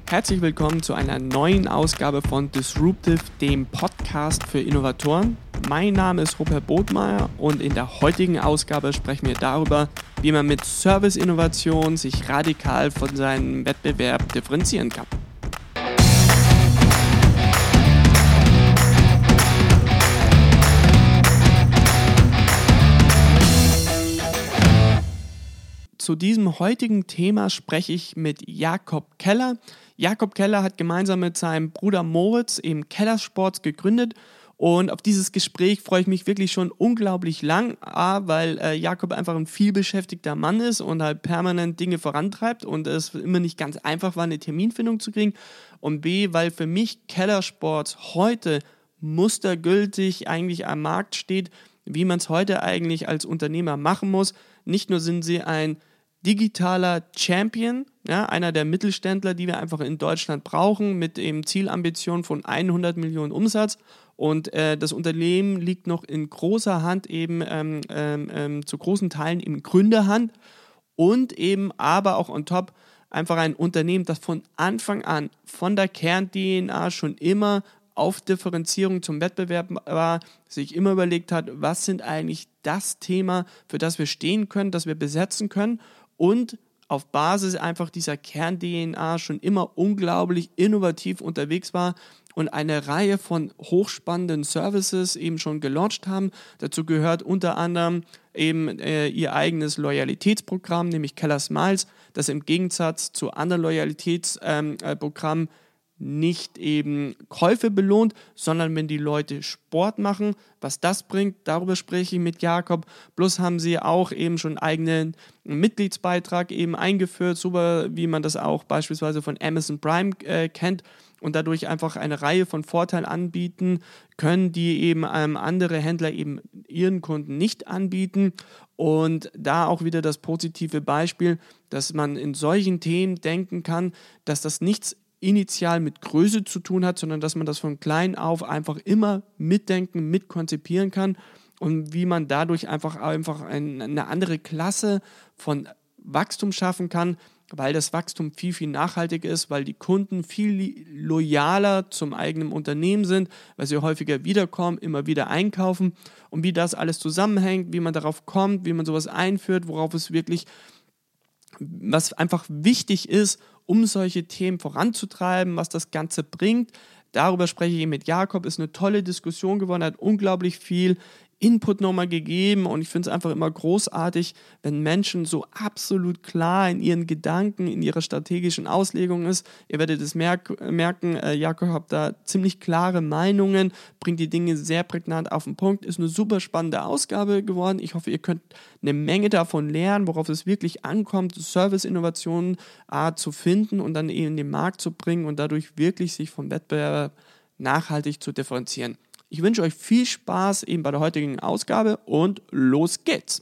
Herzlich willkommen zu einer neuen Ausgabe von Disruptive, dem Podcast für Innovatoren. Mein Name ist Rupert Bodmeier und in der heutigen Ausgabe sprechen wir darüber, wie man mit Service-Innovation sich radikal von seinem Wettbewerb differenzieren kann. Zu diesem heutigen Thema spreche ich mit Jakob Keller. Jakob Keller hat gemeinsam mit seinem Bruder Moritz eben Keller Sports gegründet und auf dieses Gespräch freue ich mich wirklich schon unglaublich lang, weil Jakob einfach ein vielbeschäftigter Mann ist und halt permanent Dinge vorantreibt und es immer nicht ganz einfach war, eine Terminfindung zu kriegen, und B, weil für mich Keller Sports heute mustergültig eigentlich am Markt steht, wie man es heute eigentlich als Unternehmer machen muss. Nicht nur sind sie ein digitaler Champion, ja, einer der Mittelständler, die wir einfach in Deutschland brauchen, mit eben Zielambitionen von 100 Millionen Umsatz. Und das Unternehmen liegt noch in großer Hand, eben zu großen Teilen in Gründerhand und eben aber auch on top einfach ein Unternehmen, das von Anfang an, von der Kern-DNA schon immer auf Differenzierung zum Wettbewerb war, sich immer überlegt hat, was sind eigentlich das Thema, für das wir stehen können, das wir besetzen können, und auf Basis einfach dieser Kern-DNA schon immer unglaublich innovativ unterwegs war und eine Reihe von hochspannenden Services eben schon gelauncht haben. Dazu gehört unter anderem eben ihr eigenes Loyalitätsprogramm, nämlich Keller Smiles, das im Gegensatz zu anderen Loyalitätsprogrammen nicht eben Käufe belohnt, sondern wenn die Leute Sport machen, was das bringt, darüber spreche ich mit Jakob. Plus haben sie auch eben schon einen eigenen Mitgliedsbeitrag eben eingeführt, so wie man das auch beispielsweise von Amazon Prime kennt, und dadurch einfach eine Reihe von Vorteilen anbieten können, die eben andere Händler eben ihren Kunden nicht anbieten. Und da auch wieder das positive Beispiel, dass man in solchen Themen denken kann, dass das nichts initial mit Größe zu tun hat, sondern dass man das von klein auf einfach immer mitdenken, mitkonzipieren kann und wie man dadurch einfach eine andere Klasse von Wachstum schaffen kann, weil das Wachstum viel, viel nachhaltiger ist, weil die Kunden viel loyaler zum eigenen Unternehmen sind, weil sie häufiger wiederkommen, immer wieder einkaufen, und wie das alles zusammenhängt, wie man darauf kommt, wie man sowas einführt, worauf es wirklich, was einfach wichtig ist, um solche Themen voranzutreiben, was das Ganze bringt. Darüber spreche ich mit Jakob, ist eine tolle Diskussion geworden, hat unglaublich viel Input nochmal gegeben, und ich finde es einfach immer großartig, wenn Menschen so absolut klar in ihren Gedanken, in ihrer strategischen Auslegung ist. Ihr werdet es merken, Jakob hat da ziemlich klare Meinungen, bringt die Dinge sehr prägnant auf den Punkt, ist eine super spannende Ausgabe geworden. Ich hoffe, ihr könnt eine Menge davon lernen, worauf es wirklich ankommt, Service-Innovationen zu finden und dann eben in den Markt zu bringen und dadurch wirklich sich vom Wettbewerb nachhaltig zu differenzieren. Ich wünsche euch viel Spaß eben bei der heutigen Ausgabe und los geht's!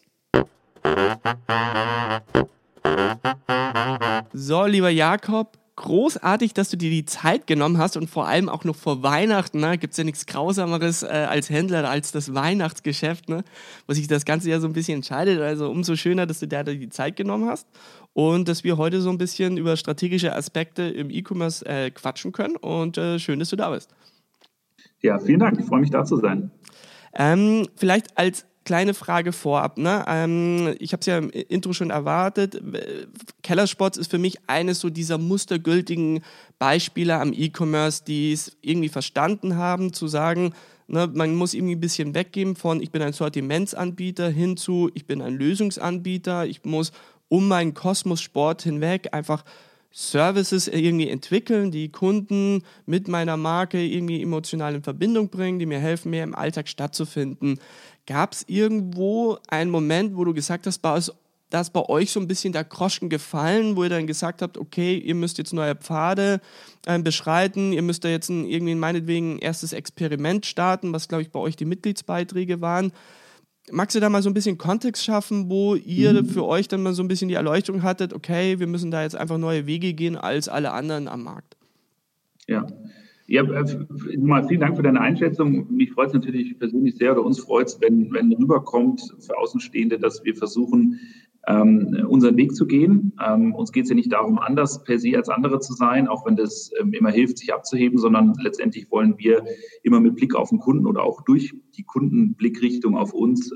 So, lieber Jakob, großartig, dass du dir die Zeit genommen hast und vor allem auch noch vor Weihnachten. Ne? Gibt es ja nichts Grausameres als Händler als das Weihnachtsgeschäft, ne? Wo sich das Ganze ja so ein bisschen entscheidet. Also umso schöner, dass du dir die Zeit genommen hast und dass wir heute so ein bisschen über strategische Aspekte im E-Commerce quatschen können. Und schön, dass du da bist. Ja, vielen Dank. Ich freue mich, da zu sein. Vielleicht als kleine Frage vorab. Ne? Ich habe es ja im Intro schon erwartet. Keller Sports ist für mich eines so dieser mustergültigen Beispiele am E-Commerce, die es irgendwie verstanden haben, zu sagen, ne, man muss irgendwie ein bisschen weggehen von ich bin ein Sortimentsanbieter hin zu ich bin ein Lösungsanbieter. Ich muss um meinen Kosmos Sport hinweg einfach Services irgendwie entwickeln, die Kunden mit meiner Marke irgendwie emotional in Verbindung bringen, die mir helfen, mehr im Alltag stattzufinden. Gab es irgendwo einen Moment, wo du gesagt hast, da ist bei euch so ein bisschen der Groschen gefallen, wo ihr dann gesagt habt, okay, ihr müsst jetzt neue Pfade beschreiten, ihr müsst da jetzt irgendwie meinetwegen ein erstes Experiment starten, was, glaube ich, bei euch die Mitgliedsbeiträge waren. Magst du da mal so ein bisschen Kontext schaffen, wo ihr für euch dann mal so ein bisschen die Erleuchtung hattet, okay, wir müssen da jetzt einfach neue Wege gehen als alle anderen am Markt? Ja, mal vielen Dank für deine Einschätzung. Mich freut es natürlich persönlich sehr, oder uns freut es, wenn rüberkommt für Außenstehende, dass wir versuchen, unseren Weg zu gehen. Uns geht es ja nicht darum, anders per se als andere zu sein, auch wenn das immer hilft, sich abzuheben, sondern letztendlich wollen wir immer mit Blick auf den Kunden oder auch durch die Kundenblickrichtung auf uns,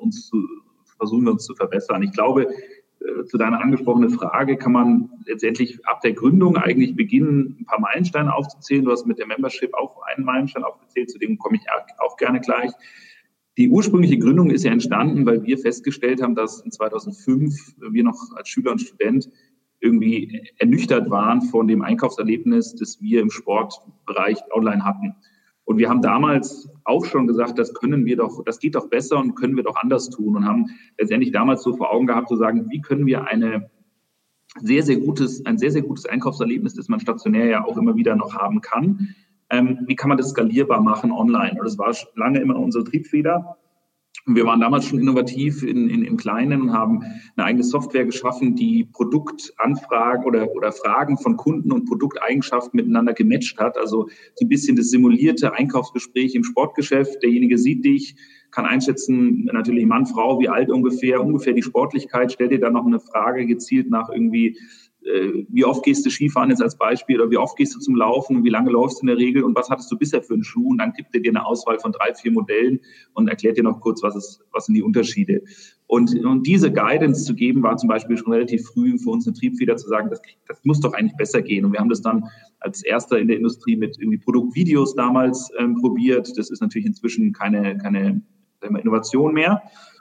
versuchen wir uns zu verbessern. Ich glaube, zu deiner angesprochenen Frage kann man letztendlich ab der Gründung eigentlich beginnen, ein paar Meilensteine aufzuzählen. Du hast mit der Membership auch einen Meilenstein aufgezählt, zu dem komme ich auch gerne gleich. Die ursprüngliche Gründung ist ja entstanden, weil wir festgestellt haben, dass in 2005 wir noch als Schüler und Student irgendwie ernüchtert waren von dem Einkaufserlebnis, das wir im Sportbereich online hatten. Und wir haben damals auch schon gesagt, das geht doch besser und können wir doch anders tun und haben letztendlich damals so vor Augen gehabt, zu sagen, wie können wir ein sehr, sehr gutes Einkaufserlebnis, das man stationär ja auch immer wieder noch haben kann, wie kann man das skalierbar machen online? Und das war lange immer unsere Triebfeder. Wir waren damals schon innovativ im Kleinen und haben eine eigene Software geschaffen, die Produktanfragen oder Fragen von Kunden und Produkteigenschaften miteinander gematcht hat. Also so ein bisschen das simulierte Einkaufsgespräch im Sportgeschäft. Derjenige sieht dich, kann einschätzen, natürlich Mann, Frau, wie alt ungefähr die Sportlichkeit, stellt dir dann noch eine Frage gezielt nach irgendwie, wie oft gehst du Skifahren jetzt als Beispiel oder wie oft gehst du zum Laufen, wie lange läufst du in der Regel und was hattest du bisher für einen Schuh, und dann gibt er dir eine Auswahl von 3, 4 Modellen und erklärt dir noch kurz, was sind die Unterschiede. Und diese Guidance zu geben, war zum Beispiel schon relativ früh für uns eine Triebfeder zu sagen, das muss doch eigentlich besser gehen. Und wir haben das dann als erster in der Industrie mit irgendwie Produktvideos damals probiert. Das ist natürlich inzwischen keine Innovation mehr.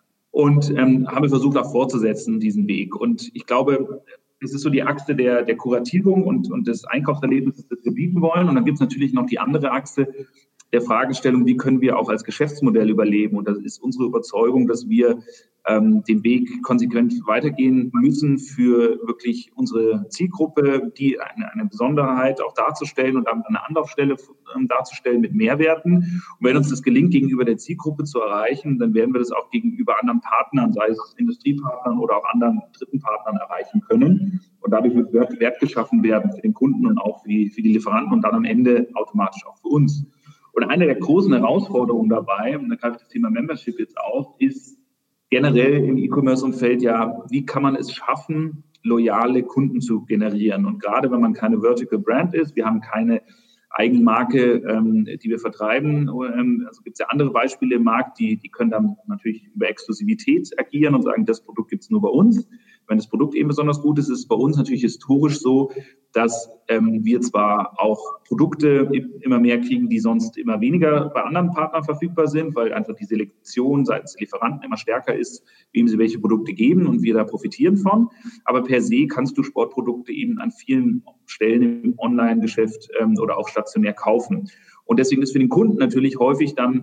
Und haben wir versucht, auch fortzusetzen, diesen Weg. Und ich glaube, es ist so die Achse der Kuratierung und des Einkaufserlebnisses, das wir bieten wollen. Und dann gibt es natürlich noch die andere Achse der Fragestellung, wie können wir auch als Geschäftsmodell überleben. Und das ist unsere Überzeugung, dass wir den Weg konsequent weitergehen müssen für wirklich unsere Zielgruppe, die eine Besonderheit auch darzustellen und eine Anlaufstelle darzustellen mit Mehrwerten. Und wenn uns das gelingt, gegenüber der Zielgruppe zu erreichen, dann werden wir das auch gegenüber anderen Partnern, sei es Industriepartnern oder auch anderen dritten Partnern, erreichen können. Und dadurch wird Wert geschaffen werden für den Kunden und auch für die Lieferanten und dann am Ende automatisch auch für uns. Und eine der großen Herausforderungen dabei, und da greife ich das Thema Membership jetzt auf, ist generell im E-Commerce-Umfeld ja, wie kann man es schaffen, loyale Kunden zu generieren? Und gerade wenn man keine Vertical Brand ist, wir haben keine Eigenmarke, die wir vertreiben. Also gibt es ja andere Beispiele im Markt, die können dann natürlich über Exklusivität agieren und sagen, das Produkt gibt es nur bei uns. Wenn das Produkt eben besonders gut ist, ist es bei uns natürlich historisch so, dass wir zwar auch Produkte immer mehr kriegen, die sonst immer weniger bei anderen Partnern verfügbar sind, weil einfach die Selektion seitens Lieferanten immer stärker ist, wem sie welche Produkte geben und wir da profitieren von. Aber per se kannst du Sportprodukte eben an vielen Stellen im Online-Geschäft oder auch stationär kaufen. Und deswegen ist für den Kunden natürlich häufig dann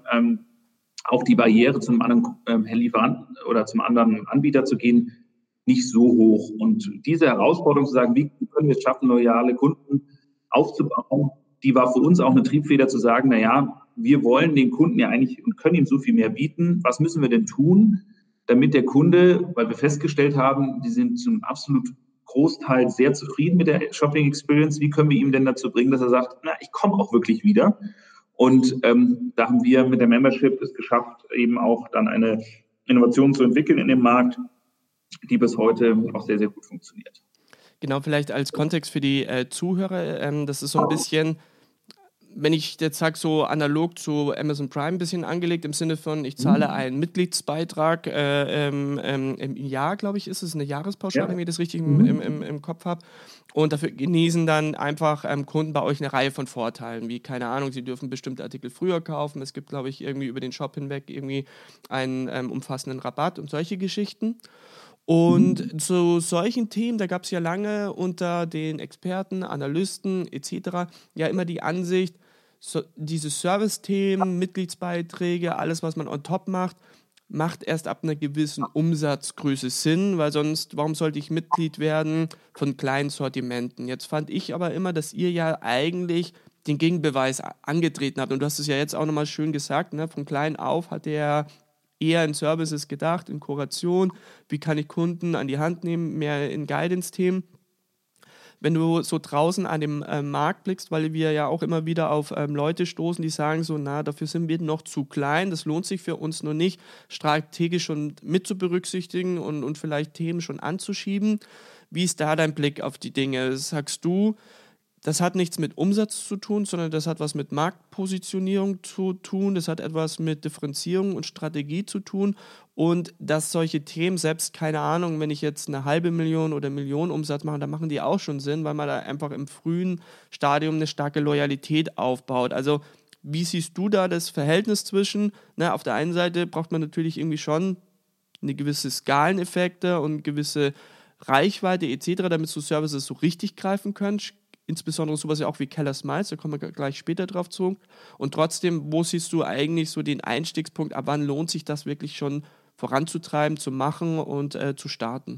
auch die Barriere zum anderen Lieferanten oder zum anderen Anbieter zu gehen, nicht so hoch. Und diese Herausforderung zu sagen, wie können wir es schaffen, loyale Kunden aufzubauen, die war für uns auch eine Triebfeder zu sagen, wir wollen den Kunden ja eigentlich und können ihm so viel mehr bieten. Was müssen wir denn tun, damit der Kunde, weil wir festgestellt haben, die sind zum absolut Großteil sehr zufrieden mit der Shopping Experience, wie können wir ihm denn dazu bringen, dass er sagt, ich komme auch wirklich wieder. Und da haben wir mit der Membership es geschafft, eben auch dann eine Innovation zu entwickeln in dem Markt, die bis heute auch sehr, sehr gut funktioniert. Genau, vielleicht als Kontext für die Zuhörer, das ist so ein bisschen, wenn ich jetzt sage, so analog zu Amazon Prime ein bisschen angelegt, im Sinne von, ich zahle einen Mitgliedsbeitrag im Jahr, glaube ich, ist es eine Jahrespauschale, wenn ich das richtig im Kopf habe. Und dafür genießen dann einfach Kunden bei euch eine Reihe von Vorteilen, wie, keine Ahnung, sie dürfen bestimmte Artikel früher kaufen. Es gibt, glaube ich, irgendwie über den Shop hinweg irgendwie einen umfassenden Rabatt und solche Geschichten. Und zu solchen Themen, da gab es ja lange unter den Experten, Analysten etc. ja immer die Ansicht, diese Service-Themen, Mitgliedsbeiträge, alles, was man on top macht erst ab einer gewissen Umsatzgröße Sinn, weil sonst, warum sollte ich Mitglied werden von kleinen Sortimenten? Jetzt fand ich aber immer, dass ihr ja eigentlich den Gegenbeweis angetreten habt. Und du hast es ja jetzt auch nochmal schön gesagt, ne? Von klein auf hat der eher in Services gedacht, in Kuration, wie kann ich Kunden an die Hand nehmen, mehr in Guidance-Themen. wenn du so draußen an dem Markt blickst, weil wir ja auch immer wieder auf Leute stoßen, die sagen so, na, dafür sind wir noch zu klein, das lohnt sich für uns noch nicht, strategisch schon mit zu berücksichtigen und vielleicht Themen schon anzuschieben. Wie ist da dein Blick auf die Dinge? Sagst du, das hat nichts mit Umsatz zu tun, sondern das hat was mit Marktpositionierung zu tun, das hat etwas mit Differenzierung und Strategie zu tun und dass solche Themen, selbst keine Ahnung, wenn ich jetzt 500.000 oder 1 Million Umsatz mache, dann machen die auch schon Sinn, weil man da einfach im frühen Stadium eine starke Loyalität aufbaut. Also wie siehst du da das Verhältnis zwischen, auf der einen Seite braucht man natürlich irgendwie schon eine gewisse Skaleneffekte und gewisse Reichweite etc., damit so Services so richtig greifen können, insbesondere sowas ja auch wie Keller Smiles, da kommen wir gleich später drauf zu. Und trotzdem, wo siehst du eigentlich so den Einstiegspunkt, ab wann lohnt sich das wirklich schon voranzutreiben, zu machen und zu starten?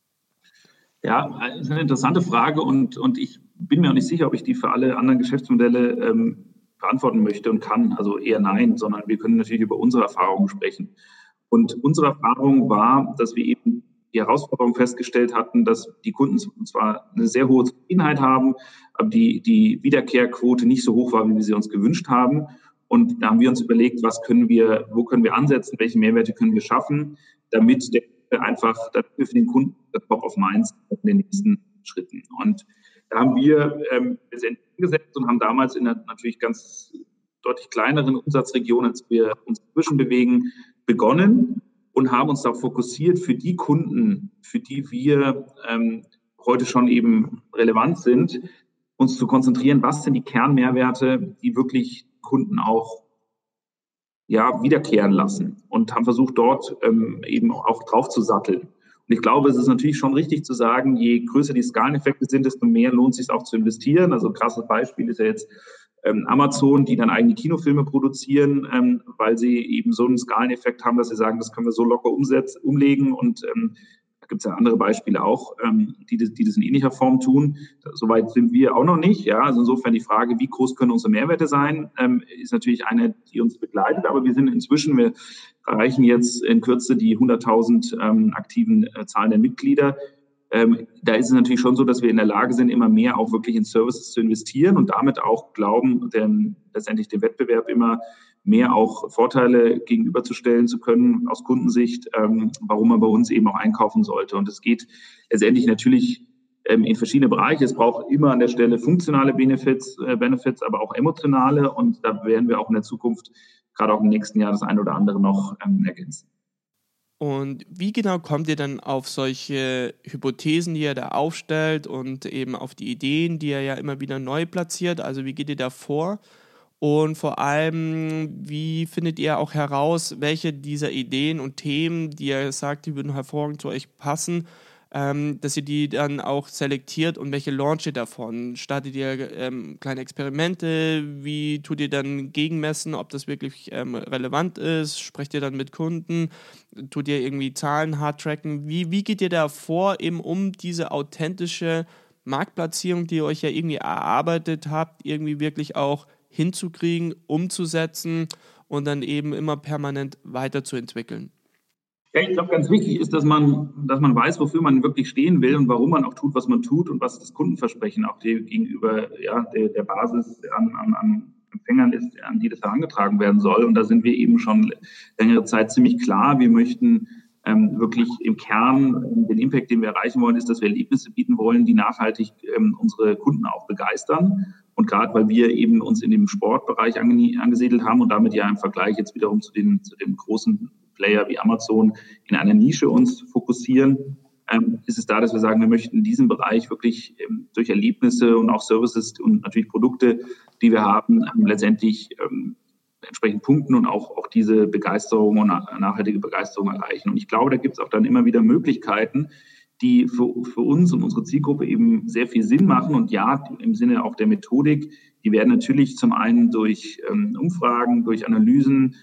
Ja, das ist eine interessante Frage und ich bin mir auch nicht sicher, ob ich die für alle anderen Geschäftsmodelle beantworten möchte und kann. Also eher nein, sondern wir können natürlich über unsere Erfahrungen sprechen. Und unsere Erfahrung war, dass wir eben die Herausforderung festgestellt hatten, dass die Kunden zwar eine sehr hohe Zufriedenheit haben, aber die Wiederkehrquote nicht so hoch war, wie wir sie uns gewünscht haben. Und da haben wir uns überlegt, wo können wir ansetzen, welche Mehrwerte können wir schaffen, damit damit wir für den Kunden Top of Mind in den nächsten Schritten. Und da haben wir letztendlich hingesetzt und haben damals in einer natürlich ganz deutlich kleineren Umsatzregion, als wir uns inzwischen bewegen, begonnen und haben uns darauf fokussiert, für die Kunden, für die wir heute schon eben relevant sind, uns zu konzentrieren, was sind die Kernmehrwerte, die wirklich Kunden auch wiederkehren lassen und haben versucht, dort eben auch drauf zu satteln. Und ich glaube, es ist natürlich schon richtig zu sagen, je größer die Skaleneffekte sind, desto mehr lohnt es sich auch zu investieren. Also ein krasses Beispiel ist ja jetzt Amazon, die dann eigene Kinofilme produzieren, weil sie eben so einen Skaleneffekt haben, dass sie sagen, das können wir so locker umlegen. Und da gibt es ja andere Beispiele auch, die das in ähnlicher Form tun. Soweit sind wir auch noch nicht. Ja, also insofern die Frage, wie groß können unsere Mehrwerte sein, ist natürlich eine, die uns begleitet. Aber wir erreichen jetzt in Kürze die 100.000 aktiven Zahlen der Mitglieder. Da ist es natürlich schon so, dass wir in der Lage sind, immer mehr auch wirklich in Services zu investieren und damit auch glauben, letztendlich dem Wettbewerb immer mehr auch Vorteile gegenüberzustellen zu können aus Kundensicht, warum man bei uns eben auch einkaufen sollte. Und es geht letztendlich natürlich in verschiedene Bereiche. Es braucht immer an der Stelle funktionale Benefits, aber auch emotionale. Und da werden wir auch in der Zukunft, gerade auch im nächsten Jahr, das eine oder andere noch ergänzen. Und wie genau kommt ihr dann auf solche Hypothesen, die er da aufstellt und eben auf die Ideen, die er ja immer wieder neu platziert? Also wie geht ihr da vor? Und vor allem, wie findet ihr auch heraus, welche dieser Ideen und Themen, die er sagt, die würden hervorragend zu euch passen, dass ihr die dann auch selektiert und welche launcht ihr davon? Startet ihr kleine Experimente? Wie tut ihr dann gegenmessen, ob das wirklich relevant ist? Sprecht ihr dann mit Kunden? Tut ihr irgendwie Zahlen hard tracken? Wie geht ihr da vor, eben um diese authentische Marktplatzierung, die ihr euch ja irgendwie erarbeitet habt, irgendwie wirklich auch hinzukriegen, umzusetzen und dann eben immer permanent weiterzuentwickeln? Ja, ich glaube, ganz wichtig ist, dass man weiß, wofür man wirklich stehen will und warum man auch tut, was man tut und was das Kundenversprechen auch gegenüber der Basis an Empfängern ist, an die das herangetragen werden soll. Und da sind wir eben schon längere Zeit ziemlich klar. Wir möchten wirklich im Kern den Impact, den wir erreichen wollen, ist, dass wir Erlebnisse bieten wollen, die nachhaltig unsere Kunden auch begeistern. Und gerade weil wir eben uns in dem Sportbereich angesiedelt haben und damit ja im Vergleich jetzt wiederum zu dem großen Player wie Amazon in einer Nische uns fokussieren, ist es da, dass wir sagen, wir möchten in diesem Bereich wirklich durch Erlebnisse und auch Services und natürlich Produkte, die wir haben, letztendlich entsprechend punkten und auch diese Begeisterung und nachhaltige Begeisterung erreichen. Und ich glaube, da gibt es auch dann immer wieder Möglichkeiten, die für uns und unsere Zielgruppe eben sehr viel Sinn machen. Und ja, im Sinne auch der Methodik, die werden natürlich zum einen durch Umfragen, durch Analysen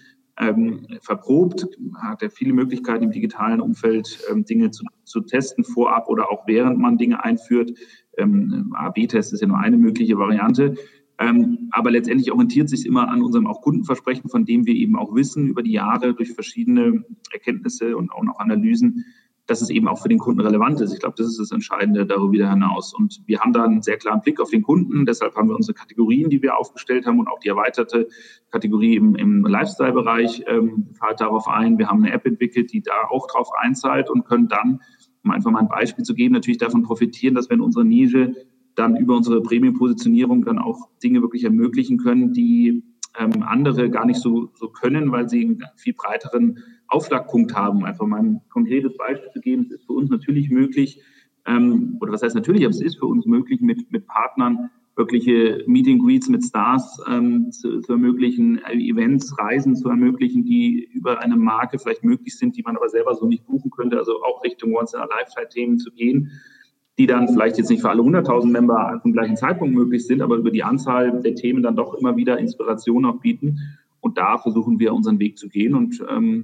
verprobt, hat er viele Möglichkeiten im digitalen Umfeld, Dinge zu testen vorab oder auch während man Dinge einführt. A/B-Test ist ja nur eine mögliche Variante. Aber letztendlich orientiert sich immer an unserem auch Kundenversprechen, von dem wir eben auch wissen über die Jahre durch verschiedene Erkenntnisse und auch noch Analysen, dass es eben auch für den Kunden relevant ist. Ich glaube, das ist das Entscheidende darüber hinaus. Und wir haben da einen sehr klaren Blick auf den Kunden. Deshalb haben wir unsere Kategorien, die wir aufgestellt haben und auch die erweiterte Kategorie im Lifestyle-Bereich zahlt darauf ein. Wir haben eine App entwickelt, die da auch drauf einzahlt und können dann, um einfach mal ein Beispiel zu geben, natürlich davon profitieren, dass wir in unserer Nische dann über unsere Premium-Positionierung dann auch Dinge wirklich ermöglichen können, die andere gar nicht so können, weil sie einen viel breiteren Aufschlagpunkt haben. Einfach mal ein konkretes Beispiel zu geben, es ist für uns natürlich möglich, oder was heißt natürlich, aber es ist für uns möglich, mit Partnern wirkliche Meet and Greets mit Stars zu ermöglichen, Events, Reisen zu ermöglichen, die über eine Marke vielleicht möglich sind, die man aber selber so nicht buchen könnte, also auch Richtung Once-in-a-Lifetime-Themen zu gehen, die dann vielleicht jetzt nicht für alle 100.000 Member zum gleichen Zeitpunkt möglich sind, aber über die Anzahl der Themen dann doch immer wieder Inspiration auch bieten. Und da versuchen wir unseren Weg zu gehen und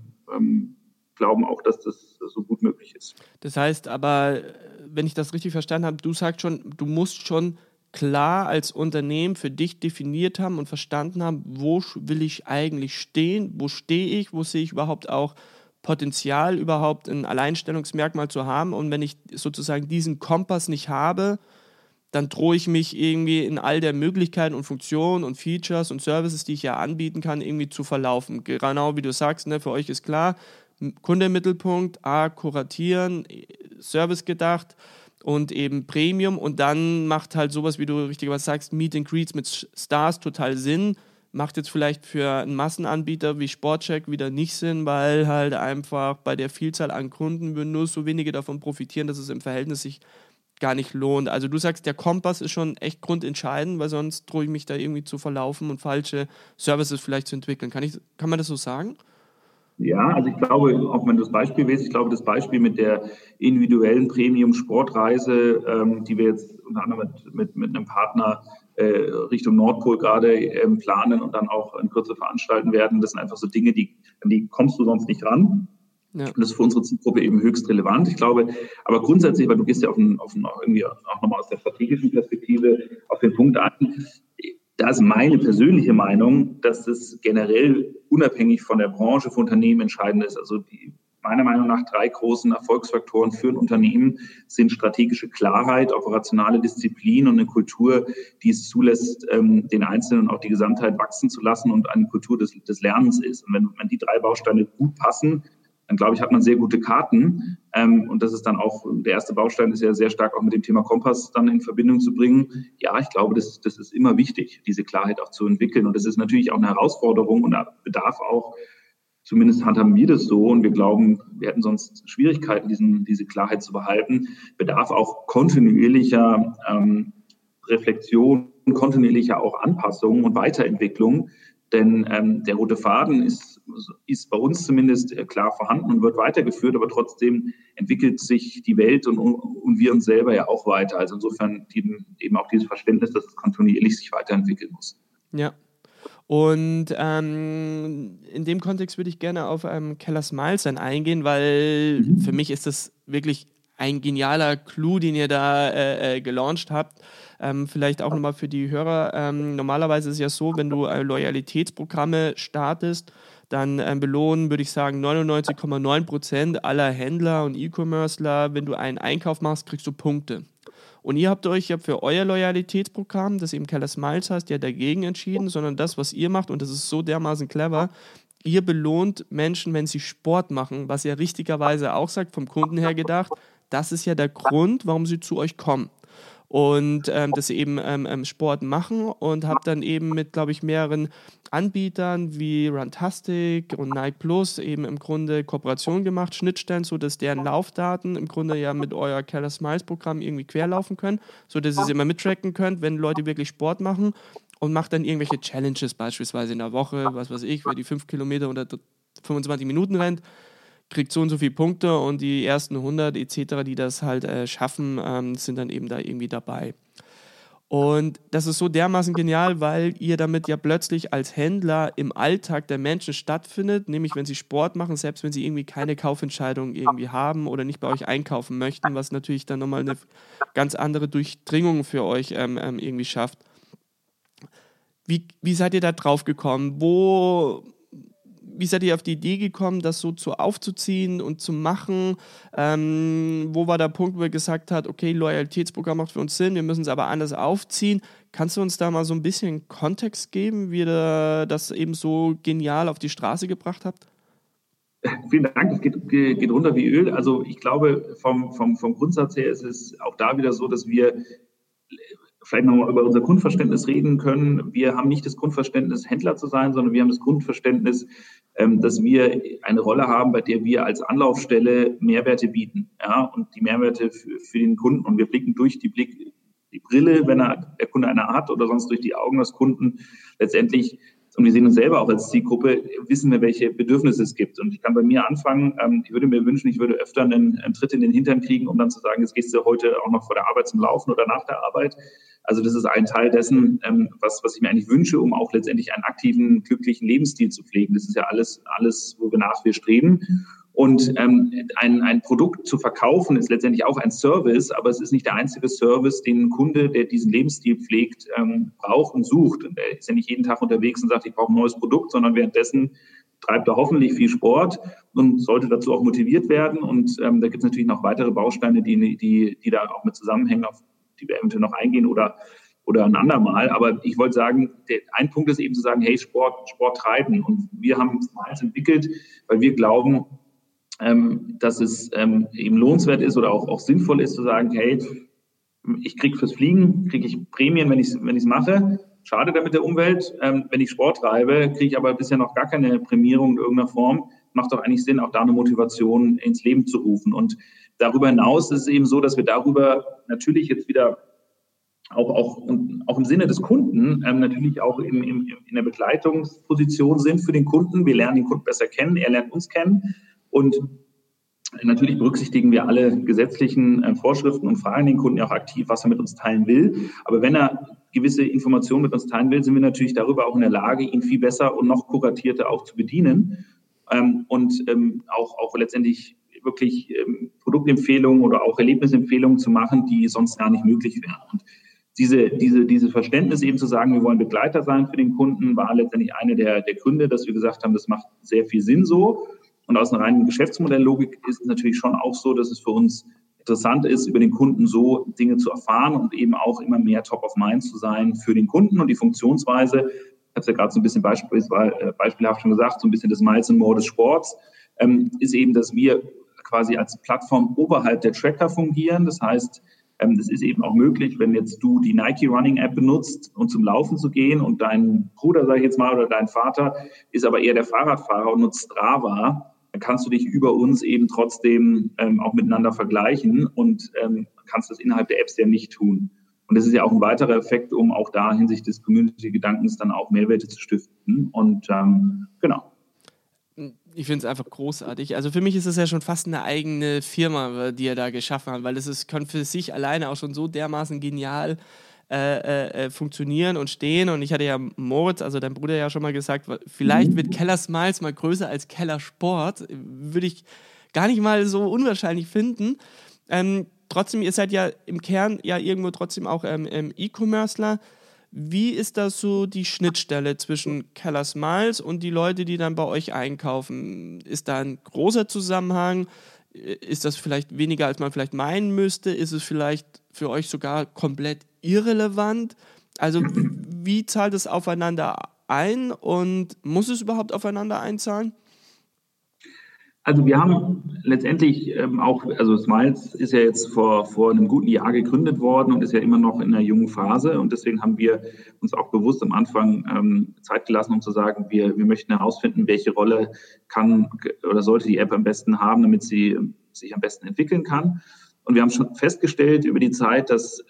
glauben auch, dass das so gut möglich ist. Das heißt aber, wenn ich das richtig verstanden habe, du sagst schon, du musst schon klar als Unternehmen für dich definiert haben und verstanden haben, wo will ich eigentlich stehen, wo stehe ich, wo sehe ich überhaupt auch Potenzial, überhaupt ein Alleinstellungsmerkmal zu haben. Und wenn ich sozusagen diesen Kompass nicht habe, dann drohe ich mich irgendwie in all der Möglichkeiten und Funktionen und Features und Services, die ich ja anbieten kann, irgendwie zu verlaufen. Genau wie du sagst, ne, für euch ist klar, Kunde im Mittelpunkt, kuratieren, Service gedacht und eben Premium, und dann macht halt sowas, wie du richtigerweise sagst, Meet and Greets mit Stars total Sinn. Macht jetzt vielleicht für einen Massenanbieter wie Sportcheck wieder nicht Sinn, weil halt einfach bei der Vielzahl an Kunden würden nur so wenige davon profitieren, dass es im Verhältnis sich gar nicht lohnt. Also du sagst, der Kompass ist schon echt grundentscheidend, weil sonst drohe ich mich da irgendwie zu verlaufen und falsche Services vielleicht zu entwickeln. Kann man das so sagen? Ja, also ich glaube, auch wenn du das Beispiel willst, ich glaube, das Beispiel mit der individuellen Premium-Sportreise, die wir jetzt unter anderem mit einem Partner Richtung Nordpol gerade planen und dann auch in Kürze veranstalten werden, das sind einfach so Dinge, an die kommst du sonst nicht ran. Ja. Und das ist für unsere Zielgruppe eben höchst relevant. Ich glaube, aber grundsätzlich, weil du gehst ja irgendwie auch nochmal aus der strategischen Perspektive auf den Punkt ein, da ist meine persönliche Meinung, dass es generell unabhängig von der Branche für Unternehmen entscheidend ist. Also meiner Meinung nach 3 großen Erfolgsfaktoren für ein Unternehmen sind strategische Klarheit, operationale Disziplin und eine Kultur, die es zulässt, den Einzelnen und auch die Gesamtheit wachsen zu lassen und eine Kultur des Lernens ist. Und wenn die 3 Bausteine gut passen, dann glaube ich, hat man sehr gute Karten. Und das ist dann auch, der erste Baustein ist ja sehr stark auch mit dem Thema Kompass dann in Verbindung zu bringen. Ja, ich glaube, das ist immer wichtig, diese Klarheit auch zu entwickeln. Und das ist natürlich auch eine Herausforderung und bedarf auch, zumindest handhaben wir das so und wir glauben, wir hätten sonst Schwierigkeiten, diese Klarheit zu behalten, bedarf auch kontinuierlicher Reflexion, kontinuierlicher auch Anpassungen und Weiterentwicklung. Denn der rote Faden ist bei uns zumindest klar vorhanden und wird weitergeführt, aber trotzdem entwickelt sich die Welt und wir uns selber ja auch weiter. Also insofern eben auch dieses Verständnis, dass es kontinuierlich sich weiterentwickeln muss. Ja. Und in dem Kontext würde ich gerne auf Keller Smiles dann eingehen, weil für mich ist das wirklich ein genialer Clou, den ihr da gelauncht habt. Vielleicht auch nochmal für die Hörer. Normalerweise ist es ja so, wenn du Loyalitätsprogramme startest, dann belohnen, würde ich sagen, 99,9% aller Händler und E-Commercer, wenn du einen Einkauf machst, kriegst du Punkte. Und ihr habt euch ja für euer Loyalitätsprogramm, das eben Keller Smiles heißt, ja dagegen entschieden, sondern das, was ihr macht, und das ist so dermaßen clever, ihr belohnt Menschen, wenn sie Sport machen, was ihr richtigerweise auch sagt, vom Kunden her gedacht, das ist ja der Grund, warum sie zu euch kommen. Und dass sie eben Sport machen, und habe dann eben mit, glaube ich, mehreren Anbietern wie Runtastic und Nike Plus eben im Grunde Kooperationen gemacht, Schnittstellen, sodass deren Laufdaten im Grunde ja mit euer Keller Smiles Programm irgendwie querlaufen können, sodass ihr sie immer mittracken könnt, wenn Leute wirklich Sport machen, und macht dann irgendwelche Challenges beispielsweise in der Woche, was weiß ich, wer die 5 Kilometer unter 25 Minuten rennt, kriegt so und so viele Punkte, und die ersten 100 etc., die das halt schaffen, sind dann eben da irgendwie dabei. Und das ist so dermaßen genial, weil ihr damit ja plötzlich als Händler im Alltag der Menschen stattfindet, nämlich wenn sie Sport machen, selbst wenn sie irgendwie keine Kaufentscheidung irgendwie haben oder nicht bei euch einkaufen möchten, was natürlich dann nochmal eine ganz andere Durchdringung für euch irgendwie schafft. Wie seid ihr da drauf gekommen? wie seid ihr auf die Idee gekommen, das so aufzuziehen und zu machen? Wo war der Punkt, wo ihr gesagt habt, okay, Loyalitätsprogramm macht für uns Sinn, wir müssen es aber anders aufziehen? Kannst du uns da mal so ein bisschen Kontext geben, wie ihr das eben so genial auf die Straße gebracht habt? Vielen Dank, es geht runter wie Öl. Also ich glaube, vom Grundsatz her ist es auch da wieder so, dass wir vielleicht nochmal über unser Grundverständnis reden können. Wir haben nicht das Grundverständnis, Händler zu sein, sondern wir haben das Grundverständnis, dass wir eine Rolle haben, bei der wir als Anlaufstelle Mehrwerte bieten. Ja, und die Mehrwerte für den Kunden. Und wir blicken durch die Brille, wenn der Kunde eine hat, oder sonst durch die Augen des Kunden letztendlich. Und wir sehen uns selber auch als Zielgruppe, wissen wir, welche Bedürfnisse es gibt. Und ich kann bei mir anfangen, ich würde mir wünschen, ich würde öfter einen Tritt in den Hintern kriegen, um dann zu sagen, jetzt gehst du heute auch noch vor der Arbeit zum Laufen oder nach der Arbeit. Also das ist ein Teil dessen, was ich mir eigentlich wünsche, um auch letztendlich einen aktiven, glücklichen Lebensstil zu pflegen. Das ist ja alles, wonach wir streben. Und ein Produkt zu verkaufen ist letztendlich auch ein Service, aber es ist nicht der einzige Service, den ein Kunde, der diesen Lebensstil pflegt, braucht und sucht. Und er ist ja nicht jeden Tag unterwegs und sagt, ich brauche ein neues Produkt, sondern währenddessen treibt er hoffentlich viel Sport und sollte dazu auch motiviert werden. Und da gibt es natürlich noch weitere Bausteine, die da auch mit zusammenhängen, auf die wir eventuell noch eingehen oder ein andermal. Aber ich wollte sagen, ein Punkt ist eben zu sagen, hey, Sport treiben. Und wir haben Smiles entwickelt, weil wir glauben, dass es eben lohnenswert ist oder auch sinnvoll ist zu sagen, hey, ich kriege fürs Fliegen, kriege ich Prämien, wenn ich es mache. Schade damit der Umwelt. Wenn ich Sport treibe, kriege ich aber bisher noch gar keine Prämierung in irgendeiner Form. Macht doch eigentlich Sinn, auch da eine Motivation ins Leben zu rufen. Und darüber hinaus ist es eben so, dass wir darüber natürlich jetzt wieder auch im Sinne des Kunden natürlich auch in der Begleitungsposition sind für den Kunden. Wir lernen den Kunden besser kennen, er lernt uns kennen. Und natürlich berücksichtigen wir alle gesetzlichen Vorschriften und fragen den Kunden ja auch aktiv, was er mit uns teilen will. Aber wenn er gewisse Informationen mit uns teilen will, sind wir natürlich darüber auch in der Lage, ihn viel besser und noch kuratierter auch zu bedienen und auch letztendlich wirklich Produktempfehlungen oder auch Erlebnisempfehlungen zu machen, die sonst gar nicht möglich wären. Und diese Verständnis eben zu sagen, wir wollen Begleiter sein für den Kunden, war letztendlich eine der Gründe, dass wir gesagt haben, das macht sehr viel Sinn so. Und aus einer reinen Geschäftsmodelllogik ist es natürlich schon auch so, dass es für uns interessant ist, über den Kunden so Dinge zu erfahren und eben auch immer mehr top of mind zu sein für den Kunden. Und die Funktionsweise, ich habe es ja gerade so ein bisschen beispielhaft schon gesagt, so ein bisschen des Miles and More des Sports, ist eben, dass wir quasi als Plattform oberhalb der Tracker fungieren. Das heißt, es ist eben auch möglich, wenn jetzt du die Nike Running App benutzt, um zum Laufen zu gehen und dein Bruder, sage ich jetzt mal, oder dein Vater ist aber eher der Fahrradfahrer und nutzt Strava, dann kannst du dich über uns eben trotzdem auch miteinander vergleichen und kannst das innerhalb der Apps ja nicht tun. Und das ist ja auch ein weiterer Effekt, um auch da hinsichtlich des Community-Gedankens dann auch Mehrwerte zu stiften. Und genau. Ich finde es einfach großartig. Also für mich ist es ja schon fast eine eigene Firma, die er da geschaffen hat, weil es kann für sich alleine auch schon so dermaßen genial funktionieren und stehen. Und ich hatte ja Moritz, also dein Bruder, ja schon mal gesagt, vielleicht wird Keller Smiles mal größer als Keller Sport. Würde ich gar nicht mal so unwahrscheinlich finden. Trotzdem, ihr seid ja im Kern ja irgendwo trotzdem auch E-Commercer. Wie ist das so die Schnittstelle zwischen Keller Smiles und die Leute, die dann bei euch einkaufen? Ist da ein großer Zusammenhang? Ist das vielleicht weniger, als man vielleicht meinen müsste? Ist es vielleicht für euch sogar komplett irrelevant? Also wie zahlt es aufeinander ein und muss es überhaupt aufeinander einzahlen? Also wir haben letztendlich also Smiles ist ja jetzt vor einem guten Jahr gegründet worden und ist ja immer noch in einer jungen Phase. Und deswegen haben wir uns auch bewusst am Anfang Zeit gelassen, um zu sagen, wir möchten herausfinden, welche Rolle kann oder sollte die App am besten haben, damit sie sich am besten entwickeln kann. Und wir haben schon festgestellt über die Zeit, dass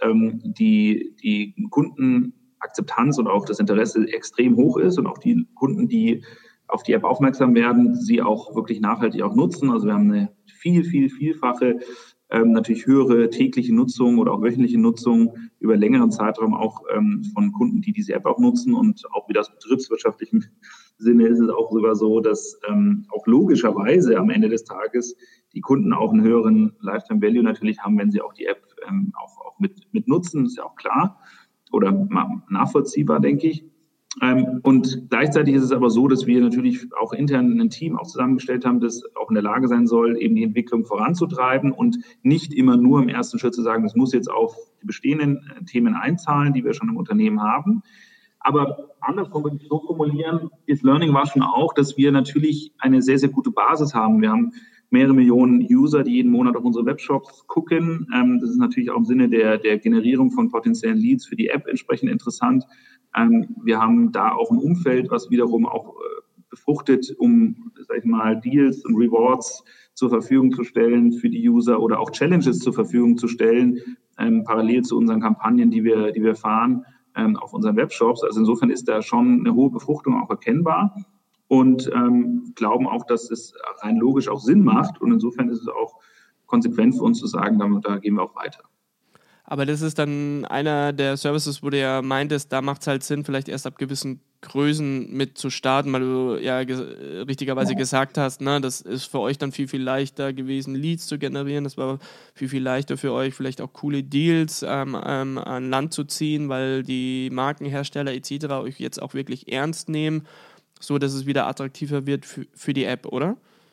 die Kundenakzeptanz und auch das Interesse extrem hoch ist und auch die Kunden, die auf die App aufmerksam werden, sie auch wirklich nachhaltig auch nutzen. Also wir haben eine vielfache, natürlich höhere tägliche Nutzung oder auch wöchentliche Nutzung über längeren Zeitraum auch von Kunden, die diese App auch nutzen. Und auch wieder aus betriebswirtschaftlichem Sinne ist es auch sogar so, dass auch logischerweise am Ende des Tages die Kunden auch einen höheren Lifetime Value natürlich haben, wenn sie auch die App auch mit nutzen, ist ja auch klar oder nachvollziehbar, denke ich. Und gleichzeitig ist es aber so, dass wir natürlich auch intern ein Team auch zusammengestellt haben, das auch in der Lage sein soll, eben die Entwicklung voranzutreiben und nicht immer nur im ersten Schritt zu sagen, das muss jetzt auf die bestehenden Themen einzahlen, die wir schon im Unternehmen haben. Aber anders so formulieren, ist Learning war schon auch, dass wir natürlich eine sehr, sehr gute Basis haben. Wir haben mehrere Millionen User, die jeden Monat auf unsere Webshops gucken. Das ist natürlich auch im Sinne der Generierung von potenziellen Leads für die App entsprechend interessant. Wir haben da auch ein Umfeld, was wiederum auch befruchtet, um, sag ich mal, Deals und Rewards zur Verfügung zu stellen für die User oder auch Challenges zur Verfügung zu stellen, parallel zu unseren Kampagnen, die wir fahren auf unseren Webshops. Also insofern ist da schon eine hohe Befruchtung auch erkennbar und glauben auch, dass es rein logisch auch Sinn macht. Und insofern ist es auch konsequent für uns zu sagen, da gehen wir auch weiter. Aber das ist dann einer der Services, wo du ja meintest, da macht es halt Sinn, vielleicht erst ab gewissen Größen mit zu starten, weil du ja richtigerweise gesagt hast, ne, das ist für euch dann viel, viel leichter gewesen, Leads zu generieren. Das war viel, viel leichter für euch, vielleicht auch coole Deals an Land zu ziehen, weil die Markenhersteller etc. euch jetzt auch wirklich ernst nehmen, so dass es wieder attraktiver wird für die App, oder?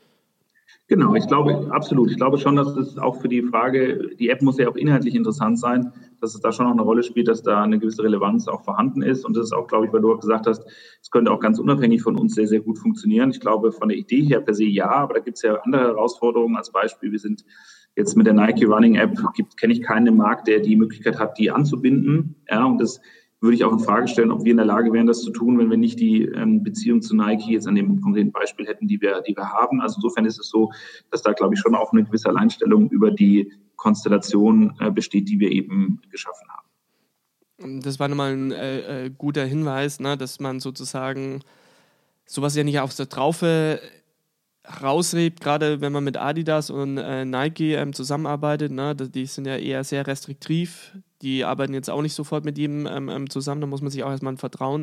Genau, ich glaube, absolut. Ich glaube schon, dass es auch für die Frage, die App muss ja auch inhaltlich interessant sein, dass es da schon auch eine Rolle spielt, dass da eine gewisse Relevanz auch vorhanden ist. Und das ist auch, glaube ich, weil du auch gesagt hast, es könnte auch ganz unabhängig von uns sehr, sehr gut funktionieren. Ich glaube, von der Idee her per se ja, aber da gibt es ja andere Herausforderungen. Als Beispiel, wir sind jetzt mit der Nike Running App, kenne ich keinen im Markt, der die Möglichkeit hat, die anzubinden. Ja, und das würde ich auch in Frage stellen, ob wir in der Lage wären, das zu tun, wenn wir nicht die Beziehung zu Nike jetzt an dem konkreten Beispiel hätten, die wir haben. Also insofern ist es so, dass da, glaube ich, schon auch eine gewisse Alleinstellung über die Konstellation besteht, die wir eben geschaffen haben. Das war nochmal ein guter Hinweis, ne, dass man sozusagen sowas ja nicht aus der Traufe rausrebt, gerade wenn man mit Adidas und Nike zusammenarbeitet, ne, die sind ja eher sehr restriktiv, die arbeiten jetzt auch nicht sofort mit jedem zusammen, da muss man sich auch erstmal ein Vertrauen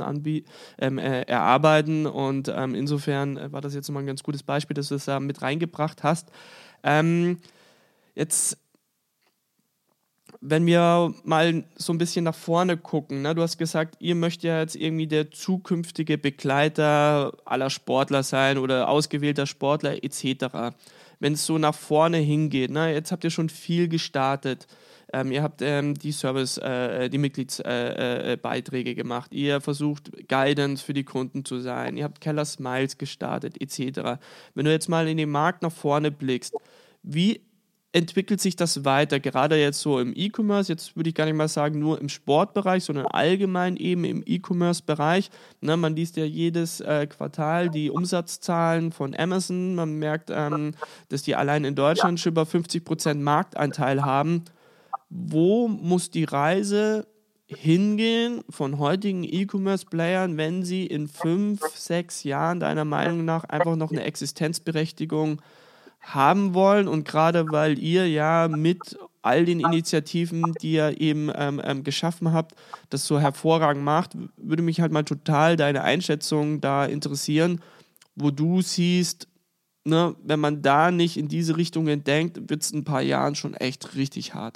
erarbeiten und insofern war das jetzt nochmal ein ganz gutes Beispiel, dass du es da mit reingebracht hast. Jetzt wenn wir mal so ein bisschen nach vorne gucken, ne? Du hast gesagt, ihr möchtet ja jetzt irgendwie der zukünftige Begleiter aller Sportler sein oder ausgewählter Sportler etc. Wenn es so nach vorne hingeht, ne? Jetzt habt ihr schon viel gestartet. Ihr habt die Mitgliedsbeiträge gemacht. Ihr versucht, Guidance für die Kunden zu sein. Ihr habt Keller Smiles gestartet etc. Wenn du jetzt mal in den Markt nach vorne blickst, wie entwickelt sich das weiter, gerade jetzt so im E-Commerce, jetzt würde ich gar nicht mal sagen nur im Sportbereich, sondern allgemein eben im E-Commerce-Bereich. Ne, man liest ja jedes Quartal die Umsatzzahlen von Amazon, man merkt, dass die allein in Deutschland schon über 50% Marktanteil haben. Wo muss die Reise hingehen von heutigen E-Commerce-Playern, wenn sie in 5, 6 Jahren deiner Meinung nach einfach noch eine Existenzberechtigung haben wollen und gerade weil ihr ja mit all den Initiativen, die ihr eben geschaffen habt, das so hervorragend macht, würde mich halt mal total deine Einschätzung da interessieren, wo du siehst, ne, wenn man da nicht in diese Richtungen denkt, wird es in ein paar Jahren schon echt richtig hart.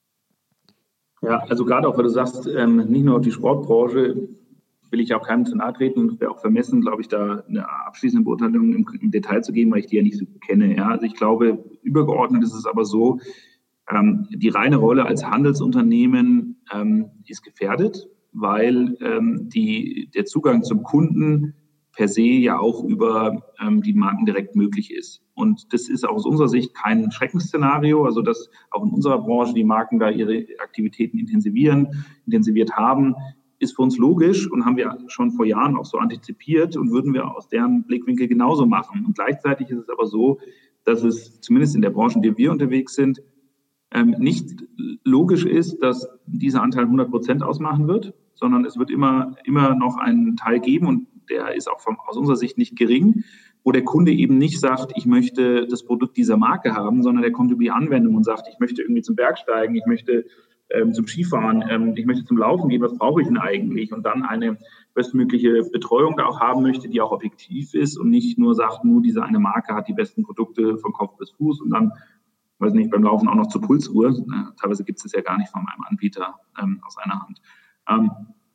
Ja, also gerade auch, weil du sagst, nicht nur auf die Sportbranche, will ich auch keinem zu nahe treten und es wäre auch vermessen, glaube ich, da eine abschließende Beurteilung im Detail zu geben, weil ich die ja nicht so kenne. Ja. Also ich glaube, übergeordnet ist es aber so, die reine Rolle als Handelsunternehmen ist gefährdet, weil der Zugang zum Kunden per se ja auch über die Marken direkt möglich ist. Und das ist aus unserer Sicht kein Schreckensszenario, also dass auch in unserer Branche die Marken da ihre Aktivitäten intensiviert haben, ist für uns logisch und haben wir schon vor Jahren auch so antizipiert und würden wir aus deren Blickwinkel genauso machen. Und gleichzeitig ist es aber so, dass es zumindest in der Branche, in der wir unterwegs sind, nicht logisch ist, dass dieser Anteil 100% ausmachen wird, sondern es wird immer noch einen Teil geben und der ist auch aus unserer Sicht nicht gering, wo der Kunde eben nicht sagt, ich möchte das Produkt dieser Marke haben, sondern der kommt über die Anwendung und sagt, ich möchte irgendwie zum Bergsteigen, ich möchte zum Skifahren, ich möchte zum Laufen gehen, was brauche ich denn eigentlich? Und dann eine bestmögliche Betreuung da auch haben möchte, die auch objektiv ist und nicht nur sagt, nur diese eine Marke hat die besten Produkte von Kopf bis Fuß und dann, weiß nicht, beim Laufen auch noch zur Pulsuhr. Teilweise gibt es das ja gar nicht von meinem Anbieter aus einer Hand.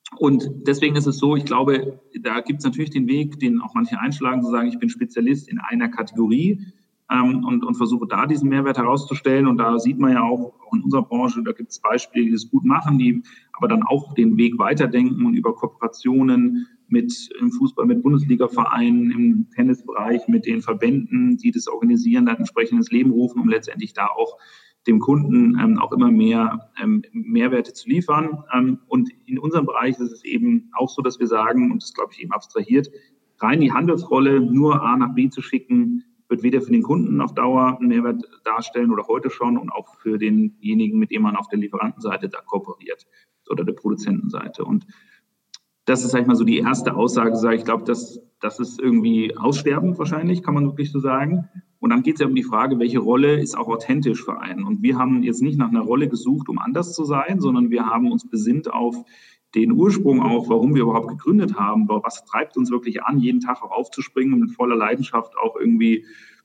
Und deswegen ist es so, ich glaube, da gibt es natürlich den Weg, den auch manche einschlagen, zu sagen, ich bin Spezialist in einer Kategorie und versuche da diesen Mehrwert herauszustellen. Und da sieht man ja auch in unserer Branche, da gibt es Beispiele, die das gut machen, die aber dann auch den Weg weiterdenken und über Kooperationen im Fußball mit Bundesliga-Vereinen, im Tennisbereich mit den Verbänden, die das organisieren, dann entsprechend ins Leben rufen, um letztendlich da auch dem Kunden auch immer mehr Mehrwerte zu liefern. Und in unserem Bereich ist es eben auch so, dass wir sagen, und das glaube ich eben abstrahiert, rein die Handelsrolle nur A nach B zu schicken, wird weder für den Kunden auf Dauer einen Mehrwert darstellen oder heute schon und auch für denjenigen, mit dem man auf der Lieferantenseite da kooperiert oder der Produzentenseite. Und das ist, sag ich mal, so die erste Aussage. Ich glaube, das ist irgendwie aussterbend wahrscheinlich, kann man wirklich so sagen. Und dann geht es ja um die Frage, welche Rolle ist auch authentisch für einen. Und wir haben jetzt nicht nach einer Rolle gesucht, um anders zu sein, sondern wir haben uns besinnt auf den Ursprung auch, warum wir überhaupt gegründet haben. Was treibt uns wirklich an, jeden Tag auch aufzuspringen und mit voller Leidenschaft auch irgendwie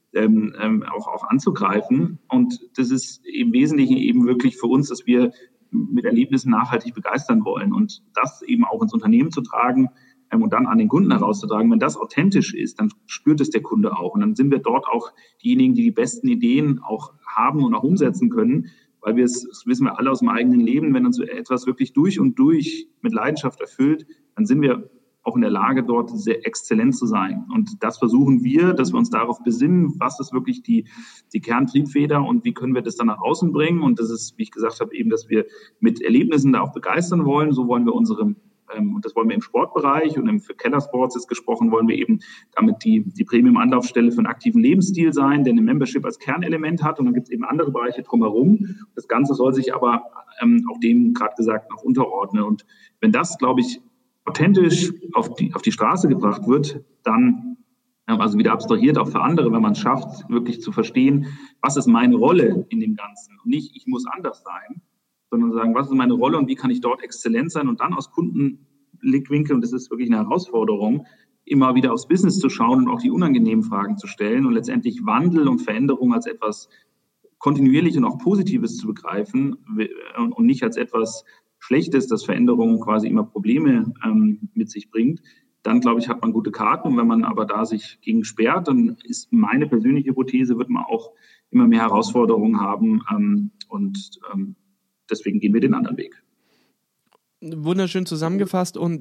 auch anzugreifen. Und das ist im Wesentlichen eben wirklich für uns, dass wir mit Erlebnissen nachhaltig begeistern wollen und das eben auch ins Unternehmen zu tragen und dann an den Kunden herauszutragen. Wenn das authentisch ist, dann spürt es der Kunde auch und dann sind wir dort auch diejenigen, die die besten Ideen auch haben und auch umsetzen können, weil das wissen wir alle aus dem eigenen Leben, wenn uns etwas wirklich durch und durch mit Leidenschaft erfüllt, dann sind wir auch in der Lage, dort sehr exzellent zu sein. Und das versuchen wir, dass wir uns darauf besinnen, was ist wirklich die Kerntriebfeder und wie können wir das dann nach außen bringen. Und das ist, wie ich gesagt habe, eben, dass wir mit Erlebnissen da auch begeistern wollen. So wollen wir und das wollen wir im Sportbereich und für Keller Sports ist gesprochen, wollen wir eben damit die Premium-Anlaufstelle für einen aktiven Lebensstil sein, der eine Membership als Kernelement hat. Und dann gibt es eben andere Bereiche drumherum. Das Ganze soll sich aber auch dem gerade gesagt noch unterordnen. Und wenn das, glaube ich, authentisch auf die Straße gebracht wird, dann, also wieder abstrahiert auch für andere, wenn man es schafft, wirklich zu verstehen, was ist meine Rolle in dem Ganzen und nicht, ich muss anders sein, sondern sagen, was ist meine Rolle und wie kann ich dort exzellent sein und dann aus Kundenblickwinkel, und das ist wirklich eine Herausforderung, immer wieder aufs Business zu schauen und auch die unangenehmen Fragen zu stellen und letztendlich Wandel und Veränderung als etwas kontinuierlich und auch Positives zu begreifen und nicht als etwas Schlechtes, dass Veränderung quasi immer Probleme mit sich bringt, dann, glaube ich, hat man gute Karten. Und wenn man aber da sich gegen sperrt, dann ist meine persönliche Hypothese, wird man auch immer mehr Herausforderungen haben. Deswegen gehen wir den anderen Weg. Wunderschön zusammengefasst. Und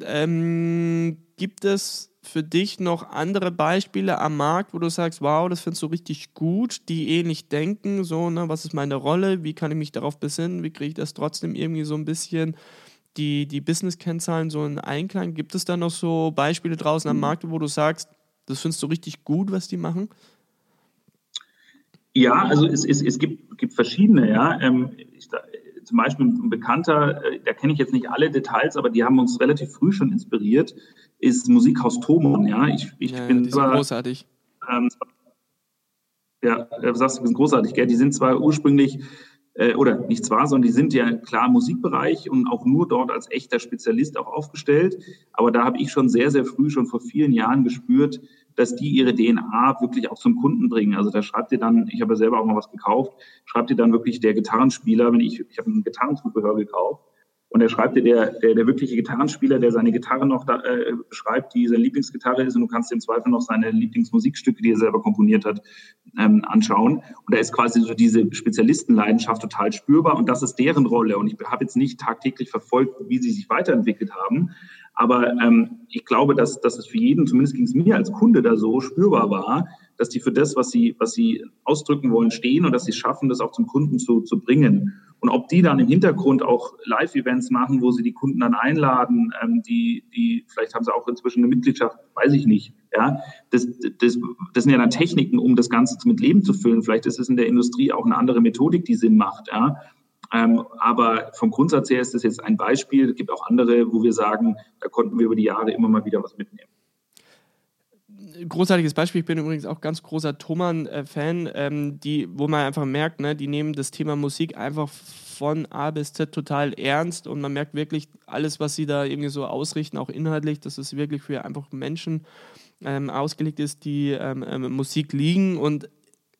gibt es für dich noch andere Beispiele am Markt, wo du sagst, wow, das findest du richtig gut, die ähnlich denken, so, ne, was ist meine Rolle, wie kann ich mich darauf besinnen, wie kriege ich das trotzdem irgendwie so ein bisschen die Business-Kennzahlen so in Einklang? Gibt es da noch so Beispiele draußen am Markt, wo du sagst, das findest du richtig gut, was die machen? Ja, also es gibt verschiedene, ja. Zum Beispiel ein Bekannter, da kenne ich jetzt nicht alle Details, aber die haben uns relativ früh schon inspiriert, ist Musikhaus Thomann, ja. Ich bin die sind großartig. Du sagst, die sind großartig, gell? Die sind zwar ursprünglich, oder nicht zwar, sondern die sind ja klar im Musikbereich und auch nur dort als echter Spezialist auch aufgestellt. Aber da habe ich schon sehr, sehr früh, schon vor vielen Jahren gespürt, dass die ihre DNA wirklich auch zum Kunden bringen. Also da schreibt ihr dann, ich habe ja selber auch mal was gekauft, schreibt ihr dann wirklich der Gitarrenspieler, ich habe ein Gitarrenzubehör gekauft, und da schreibt dir der wirkliche Gitarrenspieler, der seine Gitarre noch beschreibt, die seine Lieblingsgitarre ist, und du kannst im Zweifel noch seine Lieblingsmusikstücke, die er selber komponiert hat, anschauen. Und da ist quasi so diese Spezialistenleidenschaft total spürbar, und das ist deren Rolle. Und ich habe jetzt nicht tagtäglich verfolgt, wie sie sich weiterentwickelt haben, aber ich glaube, dass es für jeden, zumindest ging es mir als Kunde da so, spürbar war, dass die für das, was sie ausdrücken wollen, stehen und dass sie es schaffen, das auch zum Kunden zu bringen. Und ob die dann im Hintergrund auch Live-Events machen, wo sie die Kunden dann einladen, die vielleicht haben sie auch inzwischen eine Mitgliedschaft, weiß ich nicht. Ja, das sind ja dann Techniken, um das Ganze mit Leben zu füllen. Vielleicht ist es in der Industrie auch eine andere Methodik, die Sinn macht. Ja. Aber vom Grundsatz her ist das jetzt ein Beispiel. Es gibt auch andere, wo wir sagen, da konnten wir über die Jahre immer mal wieder was mitnehmen. Großartiges Beispiel, ich bin übrigens auch ganz großer Thomann-Fan, wo man einfach merkt, ne, die nehmen das Thema Musik einfach von A bis Z total ernst, und man merkt wirklich, alles, was sie da irgendwie so ausrichten, auch inhaltlich, dass es wirklich für einfach Menschen ausgelegt ist, die Musik lieben und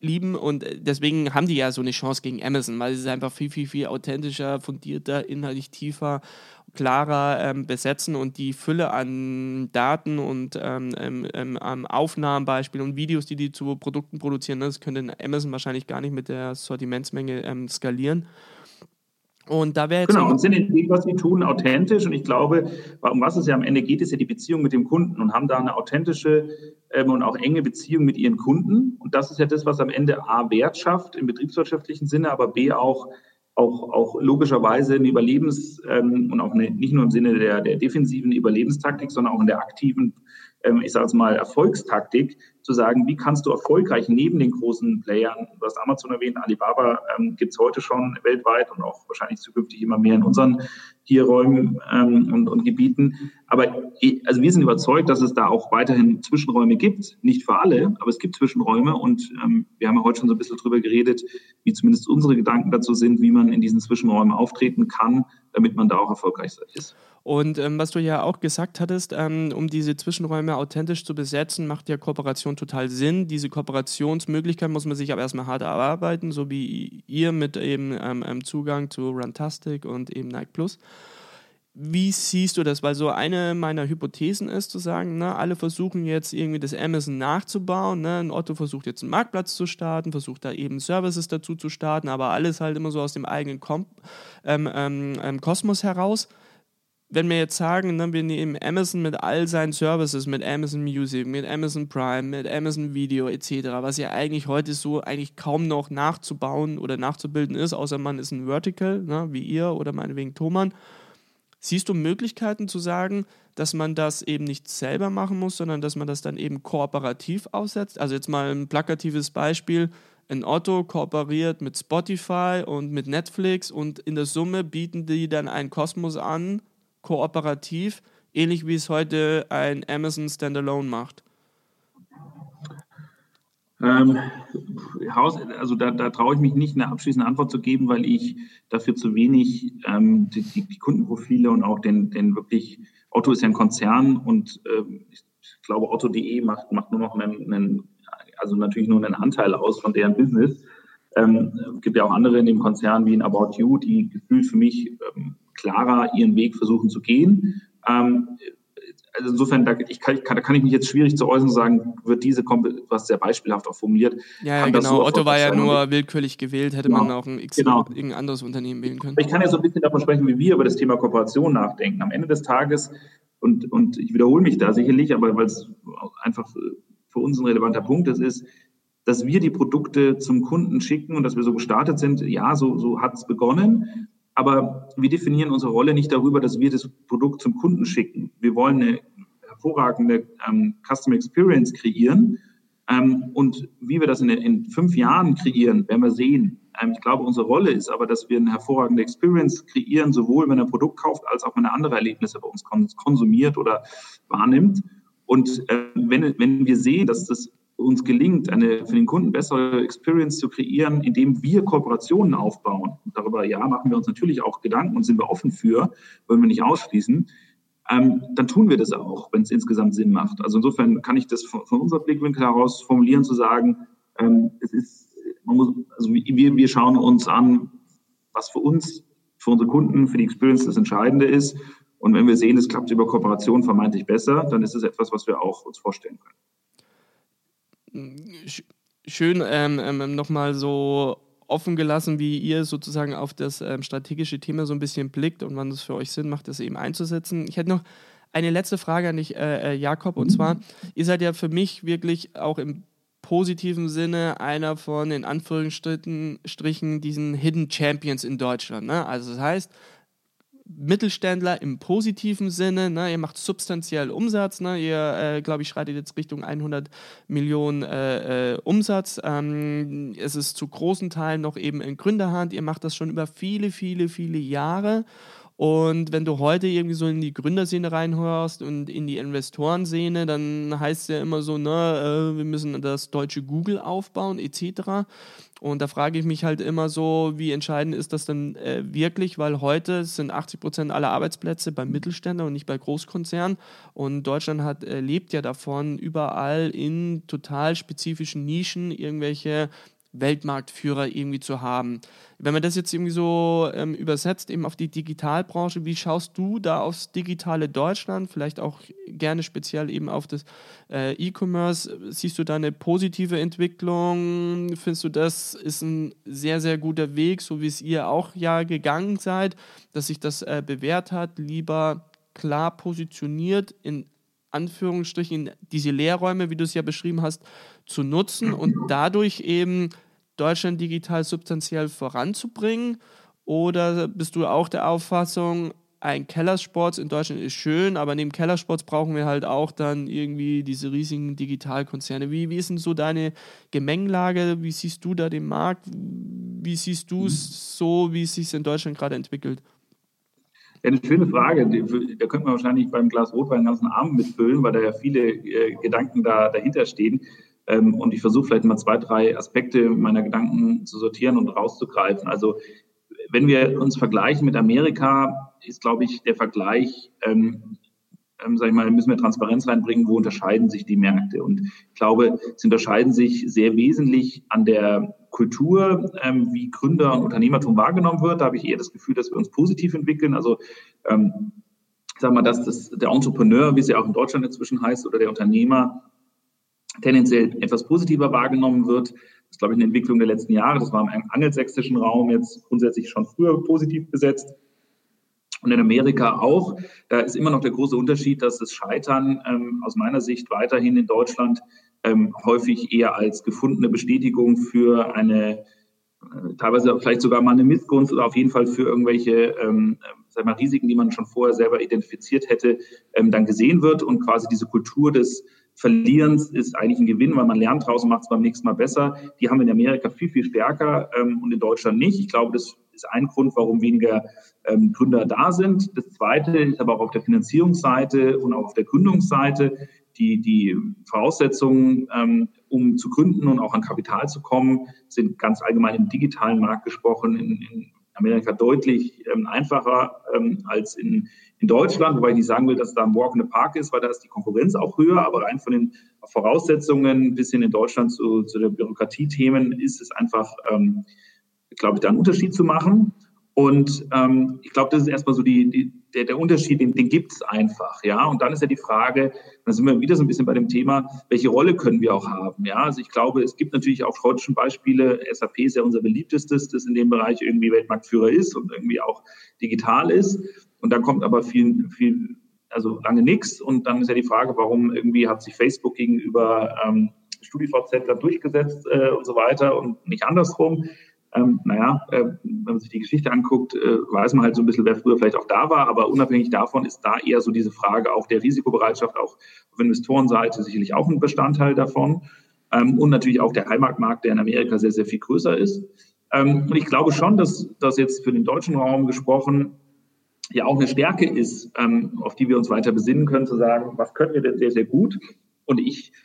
lieben und deswegen haben die ja so eine Chance gegen Amazon, weil es ist einfach viel, viel, viel authentischer, fundierter, inhaltlich tiefer, klarer besetzen und die Fülle an Daten und Aufnahmenbeispielen und Videos, die zu Produkten produzieren, das könnte Amazon wahrscheinlich gar nicht mit der Sortimentsmenge skalieren. Und da wäre jetzt genau, und sind in dem, was sie tun, authentisch. Und ich glaube, um was es ja am Ende geht, ist ja die Beziehung mit dem Kunden und haben da eine authentische und auch enge Beziehung mit ihren Kunden. Und das ist ja das, was am Ende A, Wert schafft im betriebswirtschaftlichen Sinne, aber B, auch logischerweise eine und auch nicht nur im Sinne der defensiven Überlebenstaktik, sondern auch in der aktiven, ich sage es mal, Erfolgstaktik, zu sagen, wie kannst du erfolgreich neben den großen Playern, du hast Amazon erwähnt, Alibaba gibt es heute schon weltweit und auch wahrscheinlich zukünftig immer mehr in unseren hier Räumen und Gebieten. Aber also wir sind überzeugt, dass es da auch weiterhin Zwischenräume gibt. Nicht für alle, aber es gibt Zwischenräume und wir haben ja heute schon so ein bisschen drüber geredet, wie zumindest unsere Gedanken dazu sind, wie man in diesen Zwischenräumen auftreten kann, damit man da auch erfolgreich ist. Und was du ja auch gesagt hattest, um diese Zwischenräume authentisch zu besetzen, macht ja Kooperation total Sinn. Diese Kooperationsmöglichkeit muss man sich aber erstmal hart erarbeiten, so wie ihr mit eben Zugang zu Runtastic und eben Nike Plus. Wie siehst du das? Weil so eine meiner Hypothesen ist zu sagen, ne, alle versuchen jetzt irgendwie das Amazon nachzubauen. Ne? Ein Otto versucht jetzt einen Marktplatz zu starten, versucht da eben Services dazu zu starten, aber alles halt immer so aus dem eigenen Kosmos heraus. Wenn wir jetzt sagen, ne, wir nehmen Amazon mit all seinen Services, mit Amazon Music, mit Amazon Prime, mit Amazon Video etc., was ja eigentlich heute so eigentlich kaum noch nachzubauen oder nachzubilden ist, außer man ist ein Vertical, ne, wie ihr oder meinetwegen Thomann. Siehst du Möglichkeiten zu sagen, dass man das eben nicht selber machen muss, sondern dass man das dann eben kooperativ aufsetzt? Also jetzt mal ein plakatives Beispiel. Ein Otto kooperiert mit Spotify und mit Netflix und in der Summe bieten die dann einen Kosmos an, kooperativ, ähnlich wie es heute ein Amazon Standalone macht? Also da traue ich mich nicht, eine abschließende Antwort zu geben, weil ich dafür zu wenig die Kundenprofile und auch den wirklich, Otto ist ja ein Konzern und ich glaube, Otto.de macht nur noch also natürlich nur einen Anteil aus von deren Business. Es gibt ja auch andere in dem Konzern wie in About You, die gefühlt für mich klarer ihren Weg versuchen zu gehen. Also insofern, da kann ich mich jetzt schwierig zu äußern sagen, wird was sehr beispielhaft auch formuliert. Ja, genau. So Otto war ja nur willkürlich gewählt, hätte man auch irgendein anderes Unternehmen wählen können. Ich kann ja so ein bisschen davon sprechen, wie wir über das Thema Kooperation nachdenken. Am Ende des Tages, und ich wiederhole mich da sicherlich, aber weil es einfach für uns ein relevanter Punkt ist, dass wir die Produkte zum Kunden schicken und dass wir so gestartet sind, ja, so hat es begonnen. Aber wir definieren unsere Rolle nicht darüber, dass wir das Produkt zum Kunden schicken. Wir wollen eine hervorragende Customer Experience kreieren. Und wie wir das in 5 Jahren kreieren, werden wir sehen. Ich glaube, unsere Rolle ist aber, dass wir eine hervorragende Experience kreieren, sowohl wenn er ein Produkt kauft, als auch wenn er andere Erlebnisse bei uns konsumiert oder wahrnimmt. Und wenn wir sehen, dass das uns gelingt, eine für den Kunden bessere Experience zu kreieren, indem wir Kooperationen aufbauen. Und darüber, ja, machen wir uns natürlich auch Gedanken und sind wir offen für, wollen wir nicht ausschließen, dann tun wir das auch, wenn es insgesamt Sinn macht. Also insofern kann ich das von unserem Blickwinkel heraus formulieren, zu sagen, wir schauen uns an, was für uns, für unsere Kunden, für die Experience das Entscheidende ist. Und wenn wir sehen, es klappt über Kooperation vermeintlich besser, dann ist es etwas, was wir auch uns vorstellen können. Schön nochmal so offen gelassen, wie ihr sozusagen auf das strategische Thema so ein bisschen blickt und wann es für euch Sinn macht, das eben einzusetzen. Ich hätte noch eine letzte Frage an dich, Jakob, und zwar, ihr seid ja für mich wirklich auch im positiven Sinne einer von, in Anführungsstrichen, diesen Hidden Champions in Deutschland. Ne? Also das heißt, Mittelständler im positiven Sinne, ne? Ihr macht substanziell Umsatz, ne? Ihr, glaube ich, schreitet jetzt Richtung 100 Millionen Umsatz. Es ist zu großen Teilen noch eben in Gründerhand. Ihr macht das schon über viele, viele, viele Jahre. Und wenn du heute irgendwie so in die Gründerszene reinhörst und in die Investorenszene, dann heißt es ja immer so, ne, wir müssen das deutsche Google aufbauen etc. Und da frage ich mich halt immer so, wie entscheidend ist das denn wirklich, weil heute sind 80% aller Arbeitsplätze bei Mittelständlern und nicht bei Großkonzernen und Deutschland lebt ja davon, überall in total spezifischen Nischen irgendwelche Weltmarktführer irgendwie zu haben. Wenn man das jetzt irgendwie so übersetzt eben auf die Digitalbranche, wie schaust du da aufs digitale Deutschland, vielleicht auch gerne speziell eben auf das E-Commerce? Siehst du da eine positive Entwicklung? Findest du, das ist ein sehr, sehr guter Weg, so wie es ihr auch ja gegangen seid, dass sich das bewährt hat, lieber klar positioniert in Anführungsstrichen diese Leerräume, wie du es ja beschrieben hast, zu nutzen und dadurch eben Deutschland digital substanziell voranzubringen? Oder bist du auch der Auffassung, ein Kellersports in Deutschland ist schön, aber neben Kellersports brauchen wir halt auch dann irgendwie diese riesigen Digitalkonzerne? Wie ist denn so deine Gemengelage? Wie siehst du da den Markt? Wie siehst du es so, wie es sich in Deutschland gerade entwickelt? Ja, eine schöne Frage. Da könnte man wahrscheinlich beim Glas Rotwein den ganzen Abend mitfüllen, weil da ja viele Gedanken dahinter stehen. Und ich versuche vielleicht mal 2, 3 Aspekte meiner Gedanken zu sortieren und rauszugreifen. Also wenn wir uns vergleichen mit Amerika, ist, glaube ich, der Vergleich, sag ich mal, müssen wir Transparenz reinbringen, wo unterscheiden sich die Märkte. Und ich glaube, sie unterscheiden sich sehr wesentlich an der Kultur, wie Gründer- und Unternehmertum wahrgenommen wird. Da habe ich eher das Gefühl, dass wir uns positiv entwickeln. Also sagen wir, dass der Entrepreneur, wie es ja auch in Deutschland inzwischen heißt, oder der Unternehmer tendenziell etwas positiver wahrgenommen wird. Das ist, glaube ich, eine Entwicklung der letzten Jahre. Das war im angelsächsischen Raum jetzt grundsätzlich schon früher positiv besetzt. Und in Amerika auch. Da ist immer noch der große Unterschied, dass das Scheitern aus meiner Sicht weiterhin in Deutschland häufig eher als gefundene Bestätigung für eine, teilweise vielleicht sogar mal eine Missgunst oder auf jeden Fall für irgendwelche sag mal, Risiken, die man schon vorher selber identifiziert hätte, dann gesehen wird. Und quasi diese Kultur des Verlierens ist eigentlich ein Gewinn, weil man lernt draußen, macht es beim nächsten Mal besser. Die haben wir in Amerika viel, viel stärker und in Deutschland nicht. Ich glaube, das ist ein Grund, warum weniger Gründer da sind. Das Zweite ist aber auch auf der Finanzierungsseite und auch auf der Gründungsseite die Voraussetzungen, um zu gründen und auch an Kapital zu kommen, sind ganz allgemein im digitalen Markt gesprochen in Amerika deutlich einfacher als in Deutschland, wobei ich nicht sagen will, dass da ein Walk in the Park ist, weil da ist die Konkurrenz auch höher, aber rein von den Voraussetzungen bis hin in Deutschland zu den Bürokratiethemen ist es einfach, glaube ich, da einen Unterschied zu machen. Und ich glaube, das ist erstmal so der Unterschied, den gibt es einfach, ja. Und dann ist ja die Frage, da sind wir wieder so ein bisschen bei dem Thema, welche Rolle können wir auch haben, ja. Also ich glaube, es gibt natürlich auch heute schon Beispiele. SAP ist ja unser beliebtestes, das in dem Bereich irgendwie Weltmarktführer ist und irgendwie auch digital ist. Und dann kommt aber viel, also lange nichts. Und dann ist ja die Frage, warum irgendwie hat sich Facebook gegenüber StudiVZ dann durchgesetzt und so weiter und nicht andersrum. Wenn man sich die Geschichte anguckt, weiß man halt so ein bisschen, wer früher vielleicht auch da war, aber unabhängig davon ist da eher so diese Frage auch der Risikobereitschaft, auch auf Investorenseite sicherlich auch ein Bestandteil davon und natürlich auch der Heimatmarkt, der in Amerika sehr, sehr viel größer ist. Und ich glaube schon, dass das jetzt für den deutschen Raum gesprochen ja auch eine Stärke ist, auf die wir uns weiter besinnen können, zu sagen, was können wir denn sehr, sehr gut? Und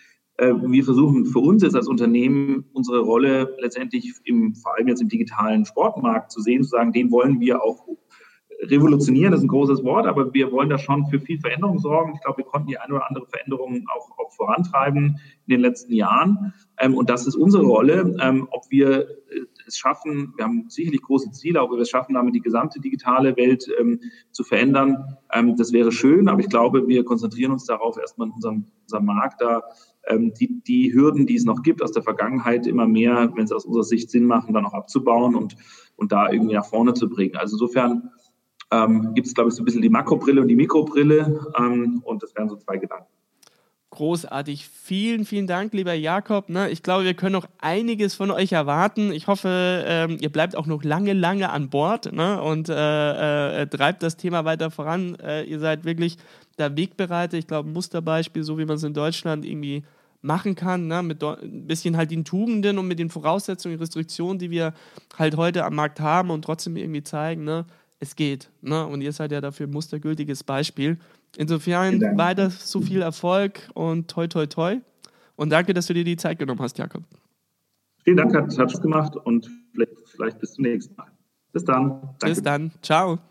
wir versuchen für uns jetzt als Unternehmen unsere Rolle letztendlich vor allem jetzt im digitalen Sportmarkt zu sehen, zu sagen, den wollen wir auch revolutionieren, das ist ein großes Wort, aber wir wollen da schon für viel Veränderung sorgen. Ich glaube, wir konnten die eine oder andere Veränderung auch vorantreiben in den letzten Jahren. Und das ist unsere Rolle. Ob wir es schaffen, wir haben sicherlich große Ziele, ob wir es schaffen, damit die gesamte digitale Welt zu verändern, das wäre schön, aber ich glaube, wir konzentrieren uns darauf, erstmal in unserem Markt da die Hürden, die es noch gibt aus der Vergangenheit, immer mehr, wenn es aus unserer Sicht Sinn machen, dann auch abzubauen und da irgendwie nach vorne zu bringen. Also insofern gibt es, glaube ich, so ein bisschen die Makrobrille und die Mikrobrille und das wären so 2 Gedanken. Großartig. Vielen, vielen Dank, lieber Jakob. Ich glaube, wir können noch einiges von euch erwarten. Ich hoffe, ihr bleibt auch noch lange, lange an Bord und treibt das Thema weiter voran. Ihr seid wirklich der Wegbereiter. Ich glaube, ein Musterbeispiel, so wie man es in Deutschland irgendwie machen kann, mit ein bisschen halt den Tugenden und mit den Voraussetzungen, Restriktionen, die wir halt heute am Markt haben und trotzdem irgendwie zeigen, es geht. Und ihr seid ja dafür ein mustergültiges Beispiel. Insofern weiter so viel Erfolg und toi, toi, toi. Und danke, dass du dir die Zeit genommen hast, Jakob. Vielen Dank, hat Spaß gemacht und vielleicht bis zum nächsten Mal. Bis dann. Danke. Bis dann. Ciao.